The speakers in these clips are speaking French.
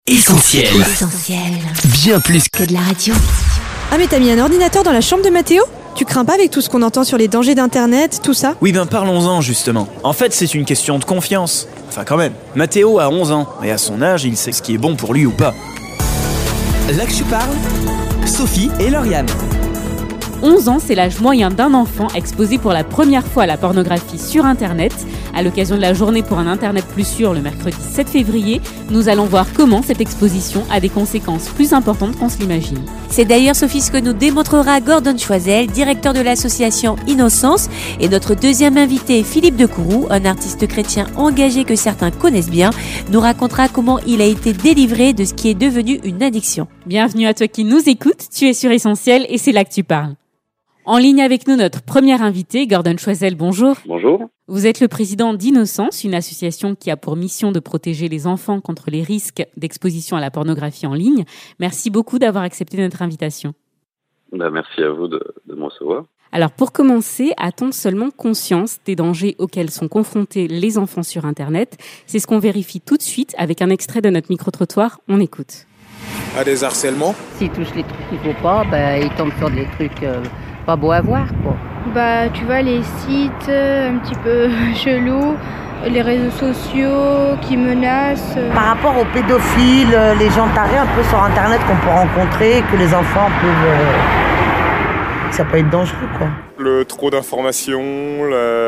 Essentiel. Bien plus que de la radio. Ah mais t'as mis un ordinateur dans la chambre de Mathéo ? Tu crains pas avec tout ce qu'on entend sur les dangers d'internet, tout ça ? Oui parlons-en justement. En fait c'est une question de confiance. Enfin quand même, Mathéo a 11 ans, et à son âge il sait ce qui est bon pour lui ou pas. Là que tu parles, Sophie et Lauriane. 11 ans, c'est l'âge moyen d'un enfant exposé pour la première fois à la pornographie sur Internet. À l'occasion de la journée pour un Internet plus sûr le mercredi 7 février, nous allons voir comment cette exposition a des conséquences plus importantes qu'on se l'imagine. C'est d'ailleurs, Sophie, ce que nous démontrera Gordon Choisel, directeur de l'association Innocence, et notre deuxième invité, Philippe Decourroux, un artiste chrétien engagé que certains connaissent bien, nous racontera comment il a été délivré de ce qui est devenu une addiction. Bienvenue à toi qui nous écoutes, tu es sur Essentiel et c'est là que tu parles. En ligne avec nous, notre premier invité, Gordon Choisel, bonjour. Bonjour. Vous êtes le président d'Innocence, une association qui a pour mission de protéger les enfants contre les risques d'exposition à la pornographie en ligne. Merci beaucoup d'avoir accepté notre invitation. Merci à vous de me recevoir. Alors pour commencer, a-t-on seulement conscience des dangers auxquels sont confrontés les enfants sur Internet ? C'est ce qu'on vérifie tout de suite avec un extrait de notre micro-trottoir. On écoute. À des harcèlements. S'ils touchent les trucs qu'il ne faut pas, ils tombent sur des trucs pas beaux à voir, quoi. Tu vois, les sites un petit peu chelous, les réseaux sociaux qui menacent. Par rapport aux pédophiles, les gens tarés un peu sur Internet qu'on peut rencontrer, que les enfants peuvent... ça peut être dangereux, quoi. Le trop d'informations,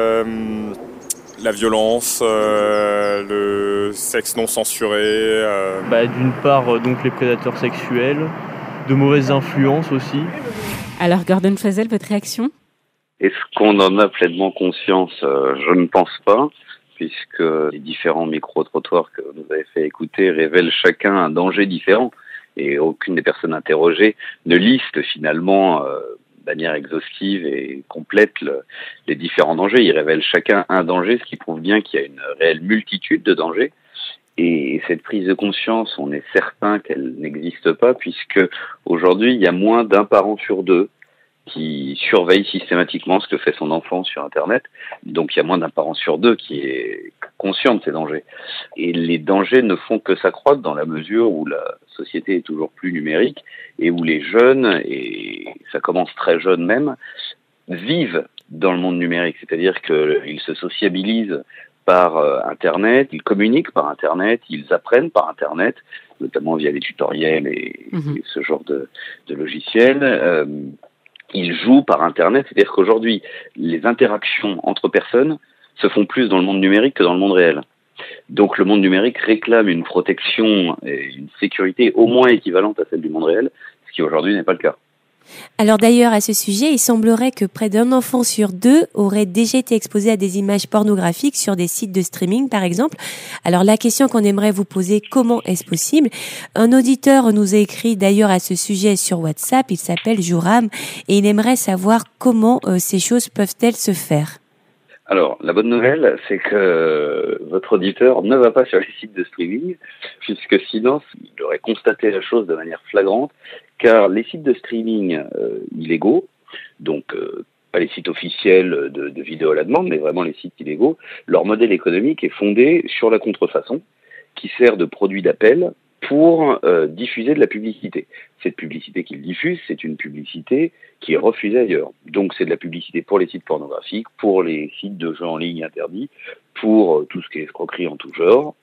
la violence, le sexe non censuré. D'une part, donc les prédateurs sexuels, de mauvaises influences aussi. Alors Gordon Choisel, votre réaction ? Est-ce qu'on en a pleinement conscience ? Je ne pense pas, puisque les différents micro-trottoirs que vous avez fait écouter révèlent chacun un danger différent. Et aucune des personnes interrogées ne liste finalement de manière exhaustive et complète les différents dangers. Ils révèlent chacun un danger, ce qui prouve bien qu'il y a une réelle multitude de dangers. Et cette prise de conscience, on est certain qu'elle n'existe pas, puisque aujourd'hui, il y a moins d'un parent sur deux qui surveille systématiquement ce que fait son enfant sur Internet. Donc il y a moins d'un parent sur deux qui est conscient de ces dangers. Et les dangers ne font que s'accroître dans la mesure où la société est toujours plus numérique et où les jeunes, et ça commence très jeune même, vivent dans le monde numérique. C'est-à-dire qu'ils se sociabilisent par Internet, ils communiquent par Internet, ils apprennent par Internet, notamment via les tutoriels et ce genre de logiciels. Ils jouent par Internet, c'est-à-dire qu'aujourd'hui, les interactions entre personnes se font plus dans le monde numérique que dans le monde réel. Donc le monde numérique réclame une protection et une sécurité au moins équivalente à celle du monde réel, ce qui aujourd'hui n'est pas le cas. Alors d'ailleurs, à ce sujet, il semblerait que près d'un enfant sur deux aurait déjà été exposé à des images pornographiques sur des sites de streaming, par exemple. Alors la question qu'on aimerait vous poser, comment est-ce possible ? Un auditeur nous a écrit d'ailleurs à ce sujet sur WhatsApp, il s'appelle Jouram, et il aimerait savoir comment ces choses peuvent-elles se faire. Alors, la bonne nouvelle, c'est que votre auditeur ne va pas sur les sites de streaming, puisque sinon, il aurait constaté la chose de manière flagrante, car les sites de streaming illégaux, donc pas les sites officiels de vidéos à la demande, mais vraiment les sites illégaux, leur modèle économique est fondé sur la contrefaçon, qui sert de produit d'appel pour diffuser de la publicité. Cette publicité qu'ils diffusent, c'est une publicité qui est refusée ailleurs. Donc c'est de la publicité pour les sites pornographiques, pour les sites de jeux en ligne interdits, pour tout ce qui est escroquerie en tout genre.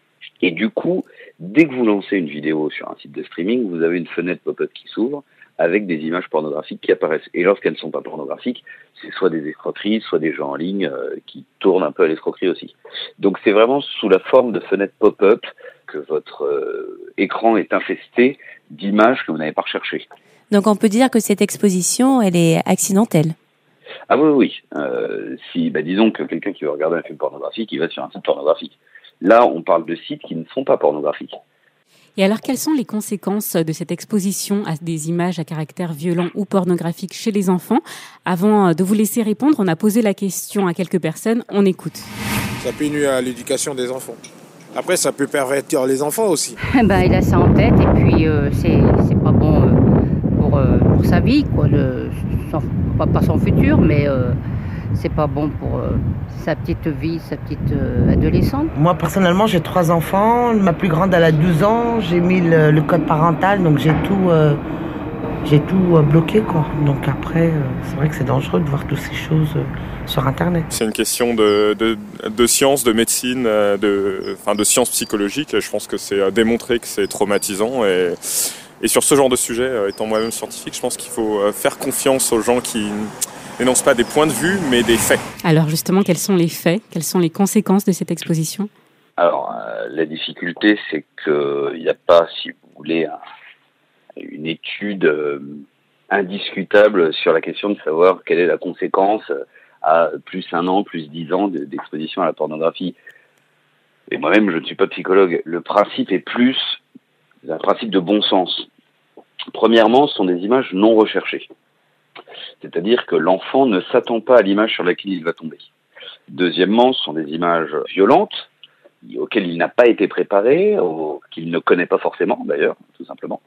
Et du coup, dès que vous lancez une vidéo sur un site de streaming, vous avez une fenêtre pop-up qui s'ouvre avec des images pornographiques qui apparaissent. Et lorsqu'elles ne sont pas pornographiques, c'est soit des escroqueries, soit des jeux en ligne qui tournent un peu à l'escroquerie aussi. Donc c'est vraiment sous la forme de fenêtres pop-up que votre écran est infesté d'images que vous n'avez pas recherchées. Donc on peut dire que cette exposition, elle est accidentelle. Ah oui. Disons que quelqu'un qui veut regarder un film pornographique, il va sur un site pornographique. Là, on parle de sites qui ne sont pas pornographiques. Et alors, quelles sont les conséquences de cette exposition à des images à caractère violent ou pornographique chez les enfants ? Avant de vous laisser répondre, on a posé la question à quelques personnes. On écoute. Ça peut nuire à l'éducation des enfants. Après, ça peut pervertir les enfants aussi. Il a ça en tête et puis c'est pas bon pour sa vie, quoi. Pas son futur, mais c'est pas bon pour sa petite vie, sa petite adolescente. Moi, personnellement, j'ai 3 enfants. Ma plus grande, elle a 12 ans. J'ai mis le code parental, donc j'ai tout bloqué, quoi. Donc après, c'est vrai que c'est dangereux de voir toutes ces choses sur Internet. C'est une question de science, de médecine, de sciences psychologiques. Je pense que c'est démontré que c'est traumatisant. Et sur ce genre de sujet, étant moi-même scientifique, je pense qu'il faut faire confiance aux gens qui n'énoncent pas des points de vue, mais des faits. Alors justement, quels sont les faits? Quelles sont les conséquences de cette exposition? Alors, la difficulté, c'est qu'il n'y a pas, si vous voulez, une étude indiscutable sur la question de savoir quelle est la conséquence à plus 1 an, plus 10 ans d'exposition à la pornographie. Et moi-même, je ne suis pas psychologue. Le principe est plus un principe de bon sens. Premièrement, ce sont des images non recherchées. C'est-à-dire que l'enfant ne s'attend pas à l'image sur laquelle il va tomber. Deuxièmement, ce sont des images violentes, auxquelles il n'a pas été préparé, qu'il ne connaît pas forcément d'ailleurs, tout simplement,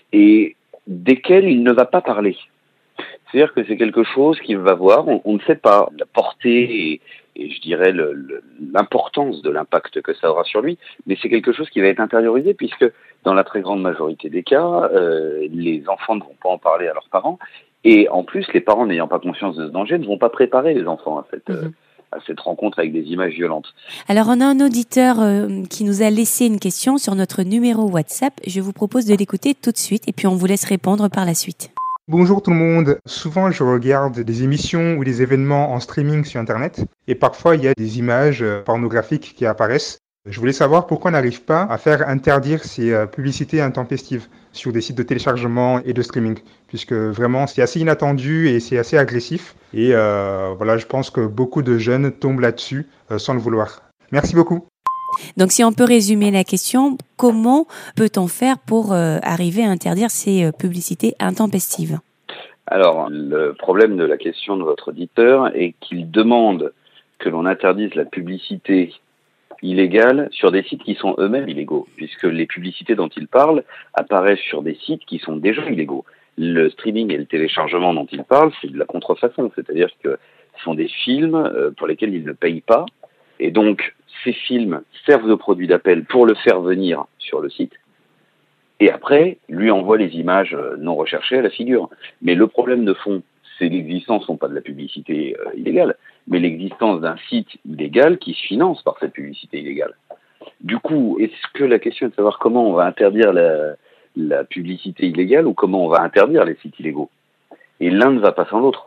et desquelles il ne va pas parler. C'est-à-dire que c'est quelque chose qu'il va voir, on ne sait pas la portée et je dirais l'importance de l'impact que ça aura sur lui, mais c'est quelque chose qui va être intériorisé puisque dans la très grande majorité des cas, les enfants ne vont pas en parler à leurs parents et en plus les parents n'ayant pas conscience de ce danger ne vont pas préparer les enfants à cette rencontre avec des images violentes. Alors on a un auditeur qui nous a laissé une question sur notre numéro WhatsApp, je vous propose de l'écouter tout de suite et puis on vous laisse répondre par la suite. Bonjour tout le monde. Souvent, je regarde des émissions ou des événements en streaming sur Internet et parfois, il y a des images pornographiques qui apparaissent. Je voulais savoir pourquoi on n'arrive pas à faire interdire ces publicités intempestives sur des sites de téléchargement et de streaming, puisque vraiment, c'est assez inattendu et c'est assez agressif. Et voilà, je pense que beaucoup de jeunes tombent là-dessus sans le vouloir. Merci beaucoup. Donc si on peut résumer la question, comment peut-on faire pour arriver à interdire ces publicités intempestives? Alors, le problème de la question de votre auditeur est qu'il demande que l'on interdise la publicité illégale sur des sites qui sont eux-mêmes illégaux, puisque les publicités dont il parle apparaissent sur des sites qui sont déjà illégaux. Le streaming et le téléchargement dont il parle, c'est de la contrefaçon, c'est-à-dire que ce sont des films pour lesquels il ne paye pas, et donc ces films servent de produit d'appel pour le faire venir sur le site, et après, lui envoie les images non recherchées à la figure. Mais le problème de fond, c'est l'existence, non pas de la publicité illégale, mais l'existence d'un site illégal qui se finance par cette publicité illégale. Du coup, est-ce que la question est de savoir comment on va interdire la publicité illégale ou comment on va interdire les sites illégaux? Et l'un ne va pas sans l'autre.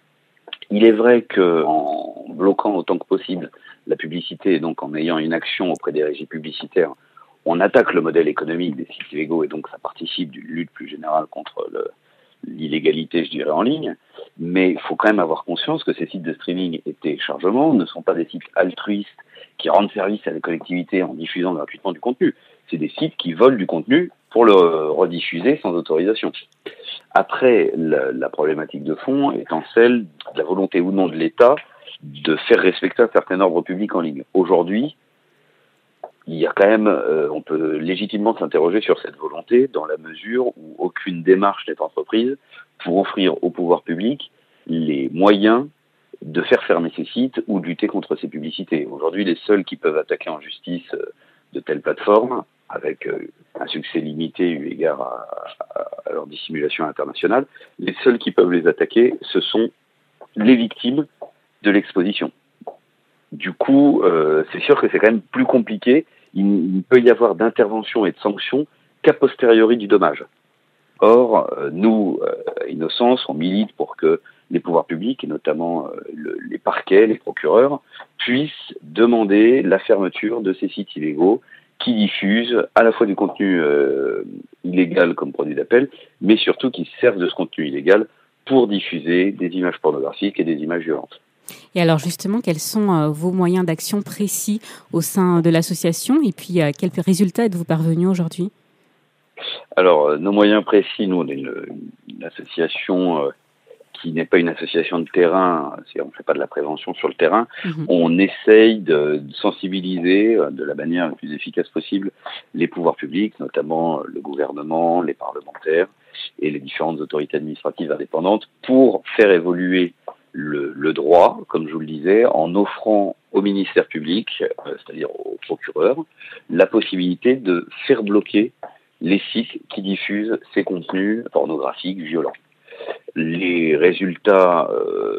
Il est vrai qu'en bloquant autant que possible la publicité et donc en ayant une action auprès des régies publicitaires, on attaque le modèle économique des sites illégaux et donc ça participe d'une lutte plus générale contre l'illégalité, je dirais, en ligne. Mais il faut quand même avoir conscience que ces sites de streaming et de téléchargement ne sont pas des sites altruistes qui rendent service à la collectivité en diffusant gratuitement du contenu. C'est des sites qui volent du contenu pour le rediffuser sans autorisation. Après, la problématique de fond étant celle de la volonté ou non de l'État de faire respecter un certain ordre public en ligne. Aujourd'hui, il y a quand même, on peut légitimement s'interroger sur cette volonté dans la mesure où aucune démarche n'est entreprise pour offrir au pouvoir public les moyens de faire fermer ces sites ou de lutter contre ces publicités. Aujourd'hui, les seuls qui peuvent attaquer en justice de telles plateformes, avec un succès limité eu égard à leur dissimulation internationale, les seuls qui peuvent les attaquer, ce sont les victimes de l'exposition. Du coup, c'est sûr que c'est quand même plus compliqué. Il peut y avoir d'intervention et de sanctions qu'a posteriori du dommage. Or, nous, Innocence, on milite pour que les pouvoirs publics, et notamment les parquets, les procureurs, puissent demander la fermeture de ces sites illégaux qui diffusent à la fois du contenu illégal comme produit d'appel, mais surtout qui servent de ce contenu illégal pour diffuser des images pornographiques et des images violentes. Et alors justement, quels sont vos moyens d'action précis au sein de l'association et puis à quels résultats êtes-vous parvenus aujourd'hui? Alors, nos moyens précis, nous, on est une association qui n'est pas une association de terrain, on ne fait pas de la prévention sur le terrain, on essaye de sensibiliser de la manière la plus efficace possible les pouvoirs publics, notamment le gouvernement, les parlementaires et les différentes autorités administratives indépendantes pour faire évoluer le droit, comme je vous le disais, en offrant au ministère public, c'est-à-dire au procureur, la possibilité de faire bloquer les sites qui diffusent ces contenus pornographiques violents. Les résultats,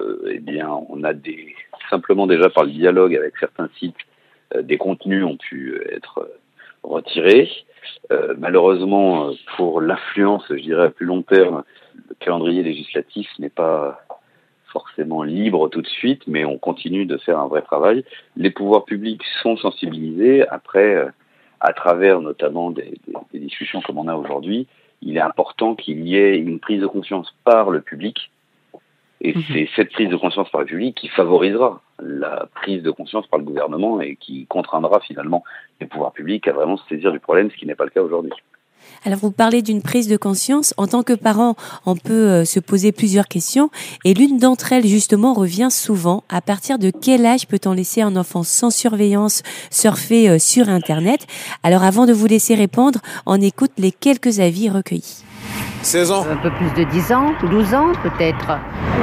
on a simplement déjà par le dialogue avec certains sites, des contenus ont pu être retirés. Malheureusement, pour l'influence, je dirais à plus long terme, le calendrier législatif n'est pas forcément libre tout de suite, mais on continue de faire un vrai travail. Les pouvoirs publics sont sensibilisés. Après, à travers notamment des discussions comme on a aujourd'hui, il est important qu'il y ait une prise de conscience par le public. Et c'est cette prise de conscience par le public qui favorisera la prise de conscience par le gouvernement et qui contraindra finalement les pouvoirs publics à vraiment se saisir du problème, ce qui n'est pas le cas aujourd'hui. Alors vous parlez d'une prise de conscience. En tant que parent, on peut se poser plusieurs questions et l'une d'entre elles justement revient souvent. À partir de quel âge peut-on laisser un enfant sans surveillance surfer sur Internet? Alors avant de vous laisser répondre, on écoute les quelques avis recueillis. 16 ans. Un peu plus de 10 ans, 12 ans peut-être.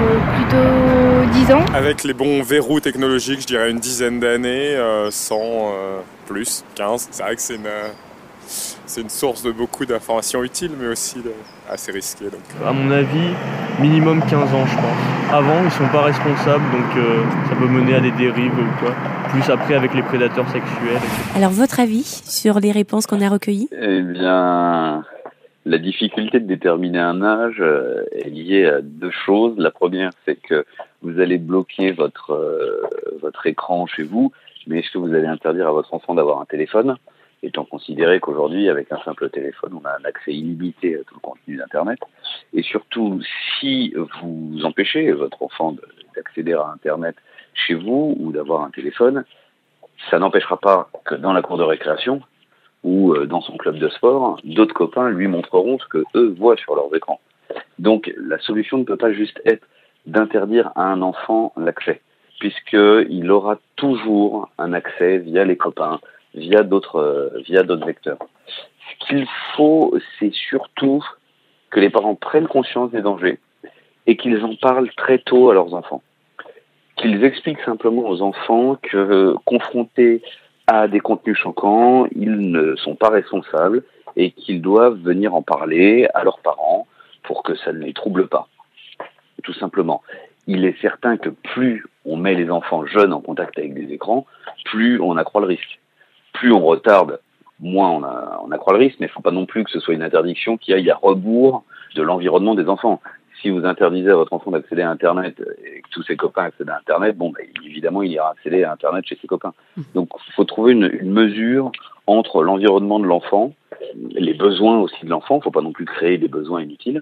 Plutôt 10 ans. Avec les bons verrous technologiques, je dirais une dizaine d'années, sans plus, 15. C'est vrai que c'est une source de beaucoup d'informations utiles, mais aussi assez risquées. Donc. À mon avis, minimum 15 ans, je pense. Avant, ils ne sont pas responsables, donc ça peut mener à des dérives ou quoi. Plus après avec les prédateurs sexuels. Alors, votre avis sur les réponses qu'on a recueillies? Eh bien, la difficulté de déterminer un âge est liée à deux choses. La première, c'est que vous allez bloquer votre écran chez vous, mais est-ce que vous allez interdire à votre enfant d'avoir un téléphone ? Étant considéré qu'aujourd'hui, avec un simple téléphone, on a un accès illimité à tout le contenu d'Internet. Et surtout, si vous empêchez votre enfant d'accéder à Internet chez vous ou d'avoir un téléphone, ça n'empêchera pas que dans la cour de récréation ou dans son club de sport, d'autres copains lui montreront ce que eux voient sur leurs écrans. Donc, la solution ne peut pas juste être d'interdire à un enfant l'accès, puisqu'il aura toujours un accès via les copains, via d'autres vecteurs. Ce qu'il faut, c'est surtout que les parents prennent conscience des dangers et qu'ils en parlent très tôt à leurs enfants. Qu'ils expliquent simplement aux enfants que confrontés à des contenus choquants, ils ne sont pas responsables et qu'ils doivent venir en parler à leurs parents pour que ça ne les trouble pas. Tout simplement. Il est certain que plus on met les enfants jeunes en contact avec des écrans, plus on accroît le risque. Plus on retarde, moins on accroît le risque, mais il ne faut pas non plus que ce soit une interdiction qui aille à rebours de l'environnement des enfants. Si vous interdisez à votre enfant d'accéder à Internet et que tous ses copains accèdent à Internet, évidemment, il ira accéder à Internet chez ses copains. Donc, il faut trouver une mesure entre l'environnement de l'enfant, les besoins aussi de l'enfant, il ne faut pas non plus créer des besoins inutiles,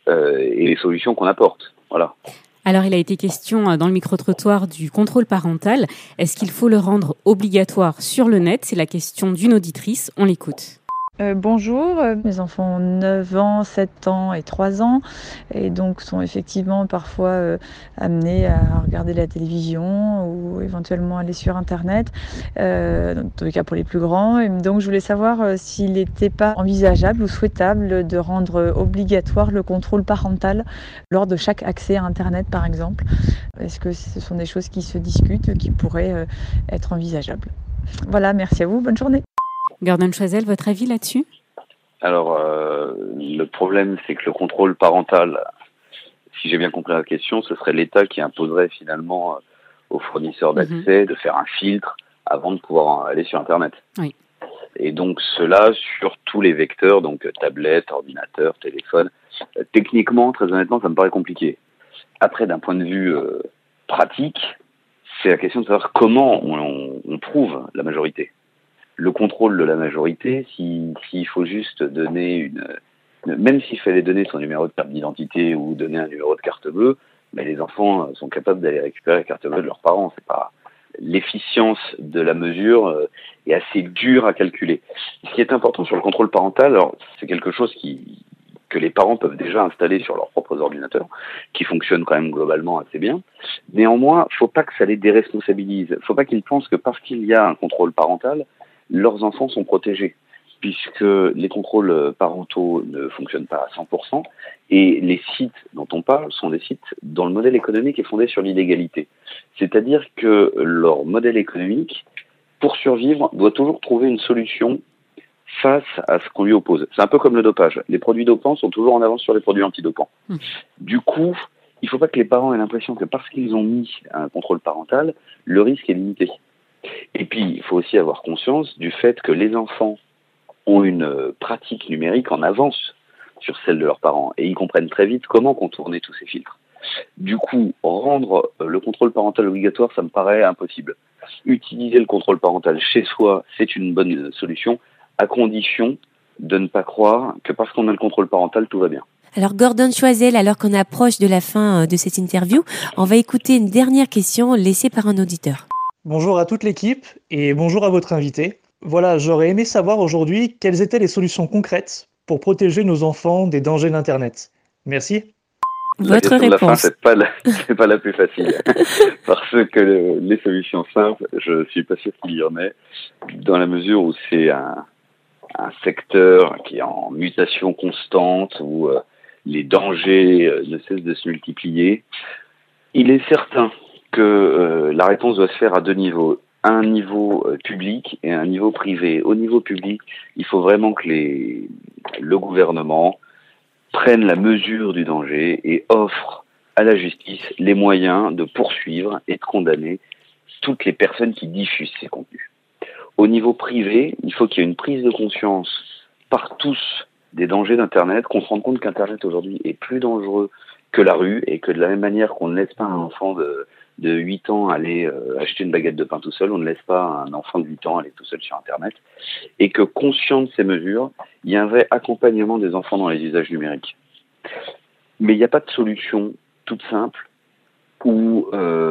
et les solutions qu'on apporte. Voilà. Alors, il a été question dans le micro-trottoir du contrôle parental. Est-ce qu'il faut le rendre obligatoire sur le net? C'est la question d'une auditrice. On l'écoute. Bonjour, mes enfants ont 9 ans, 7 ans et 3 ans et donc sont effectivement parfois amenés à regarder la télévision ou éventuellement aller sur Internet, dans tous les cas pour les plus grands. Et donc je voulais savoir s'il n'était pas envisageable ou souhaitable de rendre obligatoire le contrôle parental lors de chaque accès à Internet par exemple. Est-ce que ce sont des choses qui se discutent, qui pourraient être envisageables? Voilà, merci à vous, bonne journée. Gordon Choisel, votre avis là-dessus? Alors, le problème, c'est que le contrôle parental, si j'ai bien compris la question, ce serait l'État qui imposerait finalement aux fournisseurs d'accès de faire un filtre avant de pouvoir aller sur Internet. Oui. Et donc, cela sur tous les vecteurs, donc tablette, ordinateur, téléphone. Techniquement, très honnêtement, ça me paraît compliqué. Après, d'un point de vue pratique, c'est la question de savoir comment on prouve la majorité. Le contrôle de la majorité, s'il faut juste donner même s'il fallait donner son numéro de carte d'identité ou donner un numéro de carte bleue, mais les enfants sont capables d'aller récupérer la carte bleue de leurs parents. C'est pas, l'efficience de la mesure est assez dure à calculer. Ce qui est important sur le contrôle parental, alors, c'est quelque chose que les parents peuvent déjà installer sur leurs propres ordinateurs, qui fonctionnent quand même globalement assez bien. Néanmoins, faut pas que ça les déresponsabilise. Faut pas qu'ils pensent que parce qu'il y a un contrôle parental, leurs enfants sont protégés. puisque les contrôles parentaux ne fonctionnent pas à 100%, et les sites dont on parle sont des sites dont le modèle économique est fondé sur l'illégalité. C'est-à-dire que leur modèle économique, pour survivre, doit toujours trouver une solution face à ce qu'on lui oppose. C'est un peu comme le dopage. Les produits dopants sont toujours en avance sur les produits antidopants. Du coup, il ne faut pas que les parents aient l'impression que parce qu'ils ont mis un contrôle parental, le risque est limité. Et puis, il faut aussi avoir conscience du fait que les enfants ont une pratique numérique en avance sur celle de leurs parents et ils comprennent très vite comment contourner tous ces filtres. Du coup, rendre le contrôle parental obligatoire, ça me paraît impossible. Utiliser le contrôle parental chez soi, c'est une bonne solution, à condition de ne pas croire que parce qu'on a le contrôle parental, tout va bien. Alors Gordon Choisel, alors qu'on approche de la fin de cette interview, on va écouter une dernière question laissée par un auditeur. Bonjour à toute l'équipe et bonjour à votre invité. Voilà, j'aurais aimé savoir aujourd'hui quelles étaient les solutions concrètes pour protéger nos enfants des dangers d'Internet. Merci. Votre réponse. C'est pas la plus facile. Parce que les solutions simples, je suis pas sûr qu'il y en ait, dans la mesure où c'est un secteur qui est en mutation constante, où les dangers ne cessent de se multiplier. Il est certain que la réponse doit se faire à deux niveaux. Un niveau public et un niveau privé. Au niveau public, il faut vraiment que le gouvernement prenne la mesure du danger et offre à la justice les moyens de poursuivre et de condamner toutes les personnes qui diffusent ces contenus. Au niveau privé, il faut qu'il y ait une prise de conscience par tous des dangers d'Internet, qu'on se rende compte qu'Internet aujourd'hui est plus dangereux que la rue et que de la même manière qu'on ne laisse pas un enfant de 8 ans aller acheter une baguette de pain tout seul, on ne laisse pas un enfant de 8 ans aller tout seul sur Internet, et que conscient de ces mesures, il y a un vrai accompagnement des enfants dans les usages numériques. Mais il n'y a pas de solution toute simple où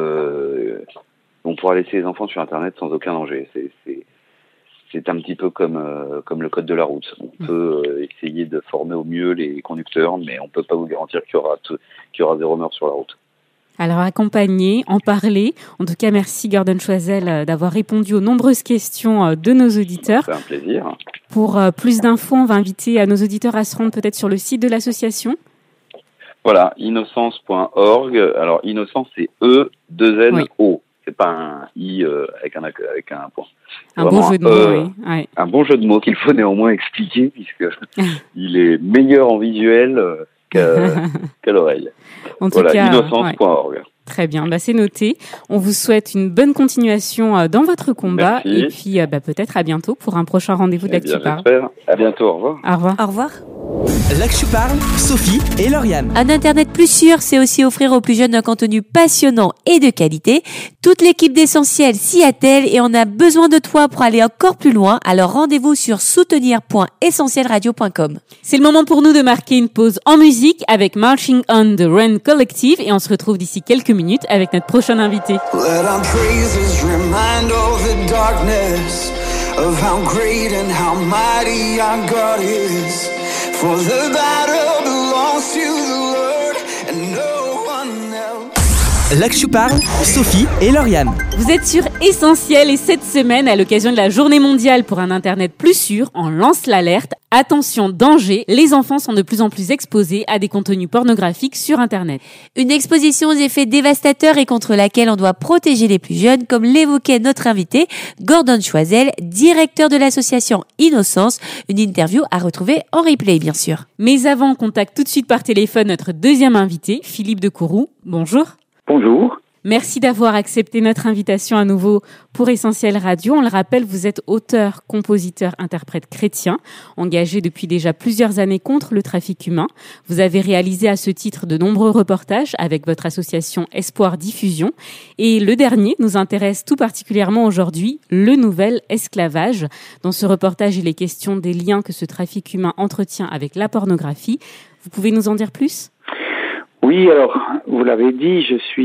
on pourra laisser les enfants sur Internet sans aucun danger. C'est un petit peu comme le code de la route. On peut essayer de former au mieux les conducteurs, mais on ne peut pas vous garantir qu'il y aura zéro mort sur la route. Alors accompagner, en parler. En tout cas, merci Gordon Choisel d'avoir répondu aux nombreuses questions de nos auditeurs. C'est un plaisir. Pour plus d'infos, on va inviter nos auditeurs à se rendre peut-être sur le site de l'association. Voilà, innocence.org. Alors innocence, c'est E2NO. Oui. C'est pas un I avec un point. Un bon jeu de mots, oui. Ouais. Un bon jeu de mots qu'il faut néanmoins expliquer puisque il est meilleur en visuel qu'à l'oreille. En tout cas, innocence.org. Ouais. Très bien, c'est noté. On vous souhaite une bonne continuation dans votre combat. Merci. Et puis peut-être à bientôt pour un prochain rendez-vous d'Actu Parle. J'espère. À bientôt, au revoir. Au revoir. Au revoir. L'Actu Parle, Sophie et Lauriane. Un Internet plus sûr, c'est aussi offrir aux plus jeunes un contenu passionnant et de qualité. Toute l'équipe d'Essentiel s'y attelle et on a besoin de toi pour aller encore plus loin. Alors rendez-vous sur soutenir.essentielradio.com. C'est le moment pour nous de marquer une pause en musique avec Marching On de Rain Collective et on se retrouve d'ici quelques minutes avec notre prochain invité. Let our praises remind all the darkness of how great and how mighty our God is. For the battle belongs to the Lord and no one else. L'Actu Parle, Sophie et Lauriane. Vous êtes sur Essentiel et cette semaine, à l'occasion de la Journée mondiale pour un Internet plus sûr, on lance l'alerte. Attention, danger, les enfants sont de plus en plus exposés à des contenus pornographiques sur Internet. Une exposition aux effets dévastateurs et contre laquelle on doit protéger les plus jeunes, comme l'évoquait notre invité, Gordon Choisel, directeur de l'association Innocence. Une interview à retrouver en replay, bien sûr. Mais avant, on contacte tout de suite par téléphone notre deuxième invité, Philippe de Courroux. Bonjour. Bonjour. Merci d'avoir accepté notre invitation à nouveau pour Essentiel Radio. On le rappelle, vous êtes auteur, compositeur, interprète chrétien, engagé depuis déjà plusieurs années contre le trafic humain. Vous avez réalisé à ce titre de nombreux reportages avec votre association Espoir Diffusion. Et le dernier nous intéresse tout particulièrement aujourd'hui, le nouvel esclavage. Dans ce reportage, il est question des liens que ce trafic humain entretient avec la pornographie. Vous pouvez nous en dire plus ? Oui, alors, vous l'avez dit,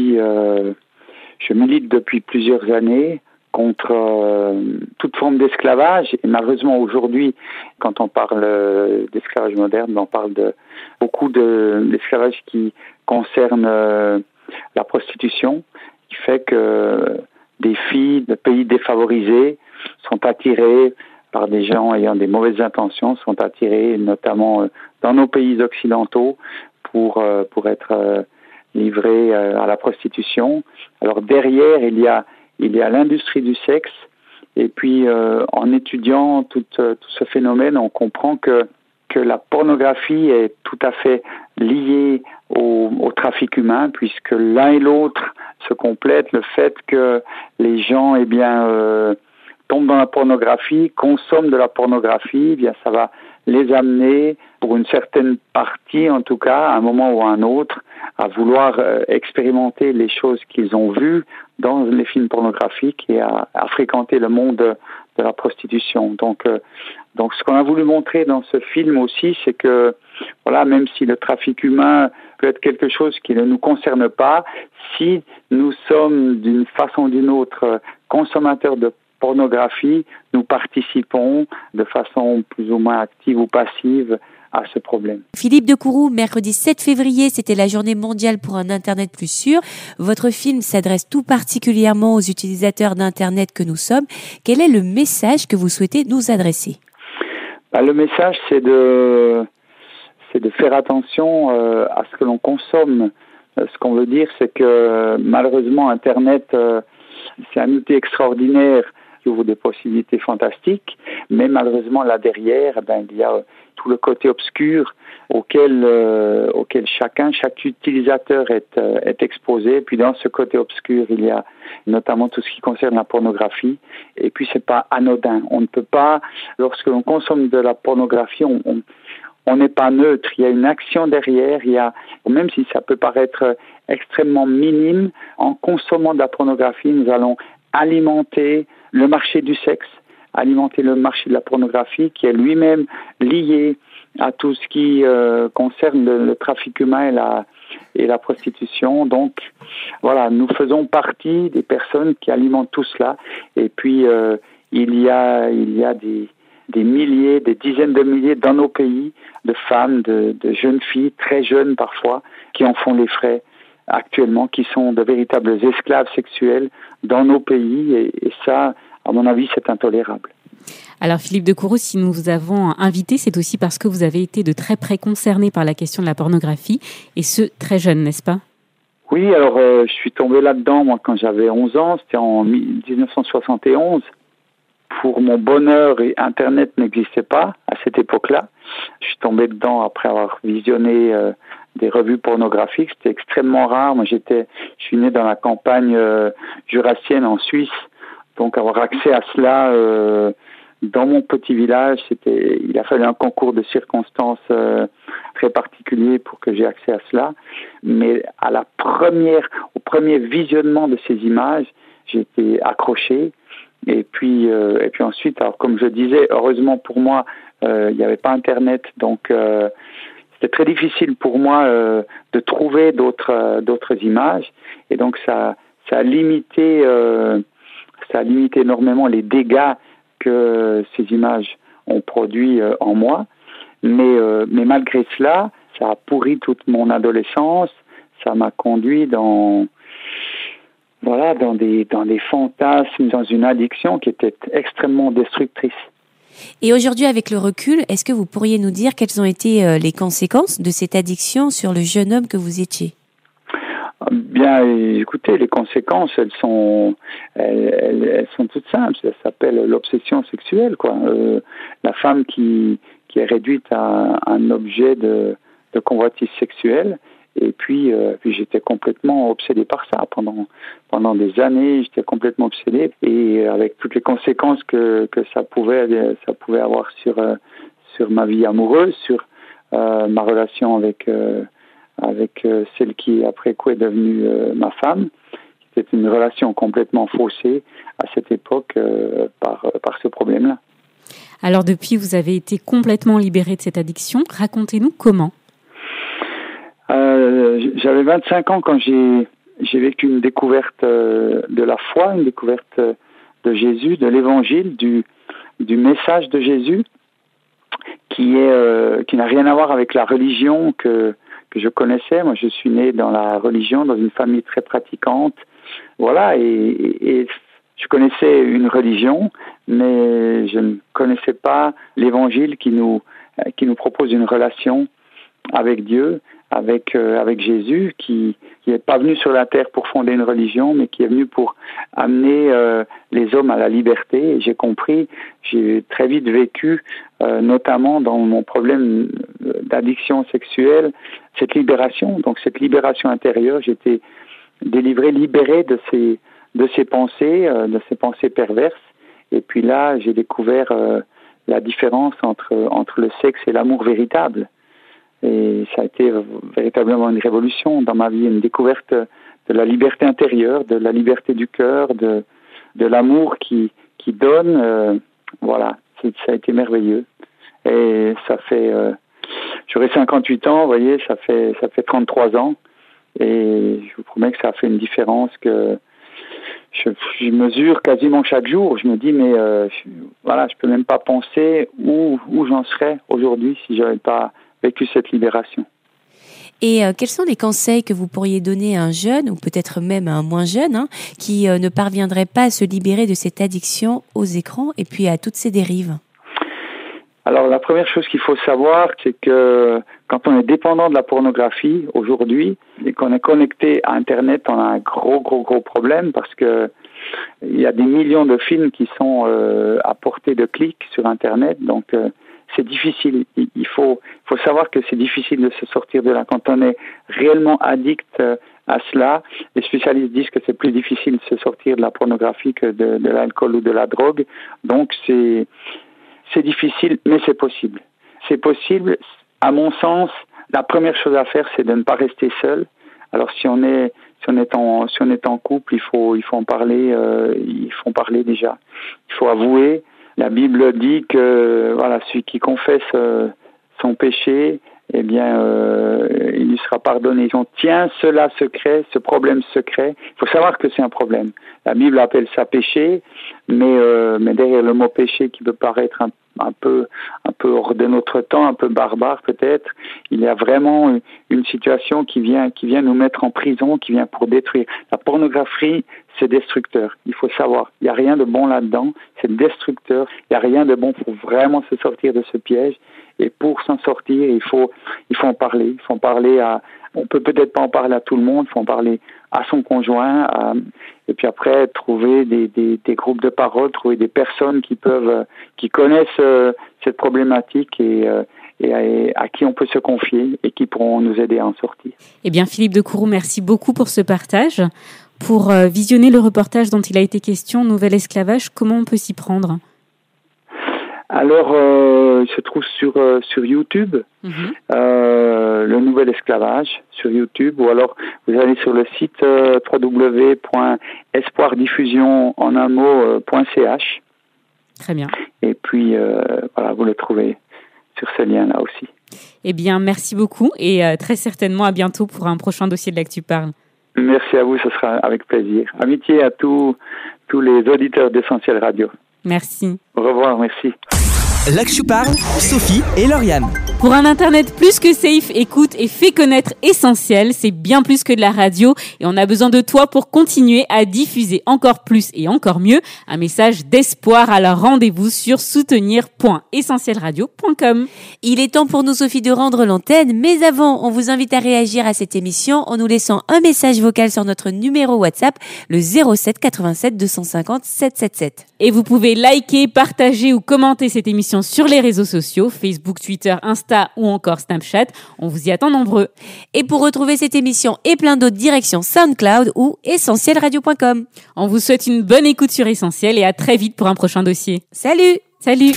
je milite depuis plusieurs années contre toute forme d'esclavage. Et malheureusement, aujourd'hui, quand on parle d'esclavage moderne, on parle beaucoup d'esclavage qui concerne la prostitution, qui fait que des filles de pays défavorisés sont attirées par des gens ayant des mauvaises intentions sont attirés, notamment dans nos pays occidentaux, pour être livrés à la prostitution. Alors derrière, il y a l'industrie du sexe. Et puis, en étudiant tout ce phénomène, on comprend que la pornographie est tout à fait liée au trafic humain, puisque l'un et l'autre se complètent. Le fait que les gens, tombent dans la pornographie, consomment de la pornographie, ça va les amener, pour une certaine partie en tout cas, à un moment ou à un autre, à vouloir expérimenter les choses qu'ils ont vues dans les films pornographiques et à fréquenter le monde de la prostitution. Donc ce qu'on a voulu montrer dans ce film aussi, c'est que voilà, même si le trafic humain peut être quelque chose qui ne nous concerne pas, si nous sommes d'une façon ou d'une autre consommateurs de pornographie, nous participons de façon plus ou moins active ou passive à ce problème. Philippe de Courroux, mercredi 7 février, c'était la journée mondiale pour un Internet plus sûr. Votre film s'adresse tout particulièrement aux utilisateurs d'Internet que nous sommes. Quel est le message que vous souhaitez nous adresser ? Le message, c'est de faire attention à ce que l'on consomme. Ce qu'on veut dire, c'est que malheureusement, Internet, c'est un outil extraordinaire qui ouvre des possibilités fantastiques, mais malheureusement, là derrière, il y a tout le côté obscur auquel chaque utilisateur est exposé. Puis dans ce côté obscur, il y a notamment tout ce qui concerne la pornographie. Et puis c'est pas anodin. On ne peut pas, lorsque l'on consomme de la pornographie, on n'est pas neutre. Il y a une action derrière. Même si ça peut paraître extrêmement minime, en consommant de la pornographie, nous allons alimenter le marché du sexe, alimenter le marché de la pornographie qui est lui-même lié à tout ce qui concerne le trafic humain et la prostitution. Donc voilà, nous faisons partie des personnes qui alimentent tout cela. Et puis il y a des milliers, des dizaines de milliers dans nos pays de femmes, de jeunes filles, très jeunes parfois, qui en font les frais actuellement, qui sont de véritables esclaves sexuels dans nos pays. Et ça, à mon avis, c'est intolérable. Alors Philippe de Courroux, si nous vous avons invité, c'est aussi parce que vous avez été de très près concerné par la question de la pornographie, et ce, très jeune, n'est-ce pas ? Oui, alors je suis tombé là-dedans, moi, quand j'avais 11 ans, c'était en 1971. Pour mon bonheur, Internet n'existait pas à cette époque-là. Je suis tombé dedans après avoir visionné des revues pornographiques. C'était extrêmement rare. Moi, je suis né dans la campagne jurassienne en Suisse. Donc, avoir accès à cela dans mon petit village, il a fallu un concours de circonstances très particulier pour que j'ai accès à cela. Mais au premier visionnement de ces images, j'ai été accroché. Et puis ensuite, alors comme je disais, heureusement pour moi, il n'y avait pas Internet, donc c'était très difficile pour moi de trouver d'autres images. Et donc ça a limité énormément les dégâts que ces images ont produits en moi. Mais malgré cela, ça a pourri toute mon adolescence. Ça m'a conduit dans des fantasmes, dans une addiction qui était extrêmement destructrice. Et aujourd'hui, avec le recul, est-ce que vous pourriez nous dire quelles ont été les conséquences de cette addiction sur le jeune homme que vous étiez ? Bien, écoutez, les conséquences, elles sont toutes simples. Ça s'appelle l'obsession sexuelle, quoi. La femme qui est réduite à un objet de convoitise sexuelle. Et puis j'étais complètement obsédé par ça pendant des années. J'étais complètement obsédé, et avec toutes les conséquences que ça pouvait avoir sur ma vie amoureuse, sur ma relation avec celle qui après coup est devenue ma femme. C'était une relation complètement faussée à cette époque par ce problème-là. Alors depuis, vous avez été complètement libéré de cette addiction. Racontez-nous comment. J'avais 25 ans quand j'ai vécu une découverte de la foi, une découverte de Jésus, de l'évangile, du message de Jésus, qui n'a rien à voir avec la religion que je connaissais. Moi, je suis né dans la religion, dans une famille très pratiquante. Voilà, et Je connaissais une religion, mais je ne connaissais pas l'Évangile qui nous propose une relation avec Dieu, avec Jésus, qui n'est pas venu sur la terre pour fonder une religion, mais qui est venu pour amener les hommes à la liberté. Et j'ai compris, j'ai très vite vécu, notamment dans mon problème d'addiction sexuelle, cette libération. Donc cette libération intérieure, j'étais délivré, libéré de ces pensées perverses. Et puis là, j'ai découvert la différence entre le sexe et l'amour véritable. Et ça a été véritablement une révolution dans ma vie, une découverte de la liberté intérieure, de la liberté du cœur, de l'amour qui donne. Voilà, ça a été merveilleux. Et ça fait, j'aurai 58 ans, vous voyez, ça fait 33 ans. Et je vous promets que ça a fait une différence que je mesure quasiment chaque jour. Je me dis, mais je peux même pas penser où j'en serais aujourd'hui si j'avais pas vécu cette libération. Et quels sont les conseils que vous pourriez donner à un jeune, ou peut-être même à un moins jeune, qui ne parviendrait pas à se libérer de cette addiction aux écrans et puis à toutes ces dérives? Alors la première chose qu'il faut savoir, c'est que quand on est dépendant de la pornographie aujourd'hui et qu'on est connecté à Internet, on a un gros problème parce que il y a des millions de films qui sont à portée de clic sur Internet, donc c'est difficile. Il faut savoir que c'est difficile de se sortir de là. Quand on est réellement addict à cela, les spécialistes disent que c'est plus difficile de se sortir de la pornographie que de l'alcool ou de la drogue. Donc c'est difficile, mais c'est possible. C'est possible. À mon sens, la première chose à faire, c'est de ne pas rester seul. Alors si on est en couple, il faut en parler. Il faut en parler déjà. Il faut avouer. La Bible dit que celui qui confesse son péché, eh bien, il lui sera pardonné. On tient cela secret, ce problème secret. Il faut savoir que c'est un problème. La Bible appelle ça péché, mais derrière le mot péché qui peut paraître un peu hors de notre temps, un peu barbare peut-être, il y a vraiment une situation qui vient nous mettre en prison, qui vient pour détruire. La pornographie, c'est destructeur. Il faut savoir, il n'y a rien de bon là-dedans, c'est destructeur. Il n'y a rien de bon pour vraiment se sortir de ce piège. Et pour s'en sortir, il faut en parler. Il faut en parler on peut peut-être pas en parler à tout le monde, il faut en parler à son conjoint, et puis après trouver des groupes de parole, trouver des personnes qui connaissent cette problématique et à qui on peut se confier et qui pourront nous aider à en sortir. Eh bien, Philippe de Courroux, merci beaucoup pour ce partage. Pour visionner le reportage dont il a été question, Nouvel Esclavage, comment on peut s'y prendre ? Alors, il se trouve sur YouTube, le Nouvel Esclavage sur YouTube, ou alors vous allez sur le site www.espoirdiffusion.ch. Très bien. Et puis, vous le trouvez sur ce lien-là aussi. Eh bien, merci beaucoup et très certainement à bientôt pour un prochain dossier de l'Actu Parle. Merci à vous, ce sera avec plaisir. Amitié à tous les auditeurs d'Essentiel Radio. Merci. Au revoir, merci. L'Actu Parle, Sophie et Lauriane. Pour un Internet plus que safe, écoute et fais connaître Essentiel. C'est bien plus que de la radio et on a besoin de toi pour continuer à diffuser encore plus et encore mieux un message d'espoir. Alors rendez-vous sur soutenir.essentielradio.com. Il est temps pour nous, Sophie, de rendre l'antenne. Mais avant, on vous invite à réagir à cette émission en nous laissant un message vocal sur notre numéro WhatsApp, le 07 87 250 777. Et vous pouvez liker, partager ou commenter cette émission sur les réseaux sociaux, Facebook, Twitter, Insta ou encore Snapchat. On vous y attend nombreux. Et pour retrouver cette émission et plein d'autres, direction SoundCloud ou essentielradio.com. On vous souhaite une bonne écoute sur Essentiel et à très vite pour un prochain dossier. Salut! Salut!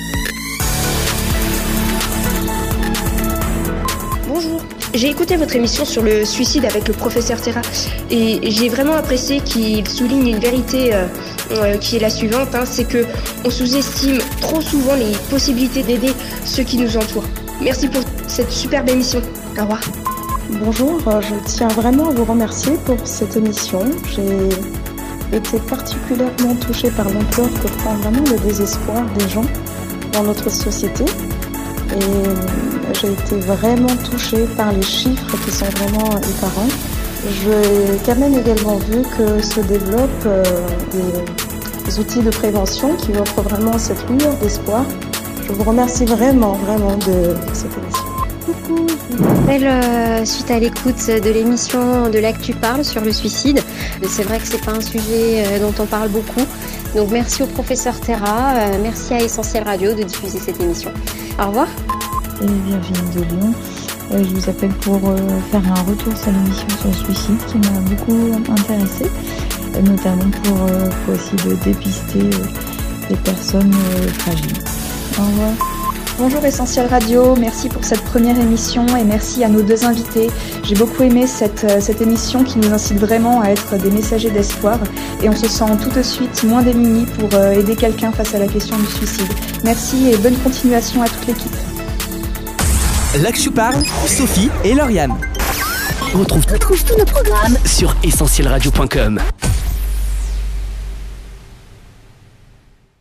Bonjour. J'ai écouté votre émission sur le suicide avec le professeur Terra et j'ai vraiment apprécié qu'il souligne une vérité qui est la suivante, c'est que on sous-estime trop souvent les possibilités d'aider ceux qui nous entourent. Merci pour cette superbe émission. Au revoir. Bonjour, je tiens vraiment à vous remercier pour cette émission. J'ai été particulièrement touchée par l'ampleur que prend vraiment le désespoir des gens dans notre société. Et j'ai été vraiment touchée par les chiffres qui sont vraiment effarants. J'ai quand même également vu que se développent des outils de prévention qui offrent vraiment cette lueur d'espoir. Je vous remercie vraiment de cette émission. Coucou, je m'appelle suite à l'écoute de l'émission de l'Actu Parle sur le suicide. C'est vrai que c'est pas un sujet dont on parle beaucoup. Donc merci au professeur Terra, merci à Essentiel Radio de diffuser cette émission. Au revoir. C'est Virginie de Lyon. Je vous appelle pour faire un retour sur l'émission sur le suicide qui m'a beaucoup intéressée, notamment pour essayer de dépister les personnes fragiles. Au revoir. Bonjour Essentiel Radio, merci pour cette première émission et merci à nos deux invités. J'ai beaucoup aimé cette émission qui nous incite vraiment à être des messagers d'espoir et on se sent tout de suite moins démunis pour aider quelqu'un face à la question du suicide. Merci et bonne continuation à toute l'équipe. L'Actu Parle, Sophie et Lauriane. On retrouve tous nos programmes sur essentielradio.com.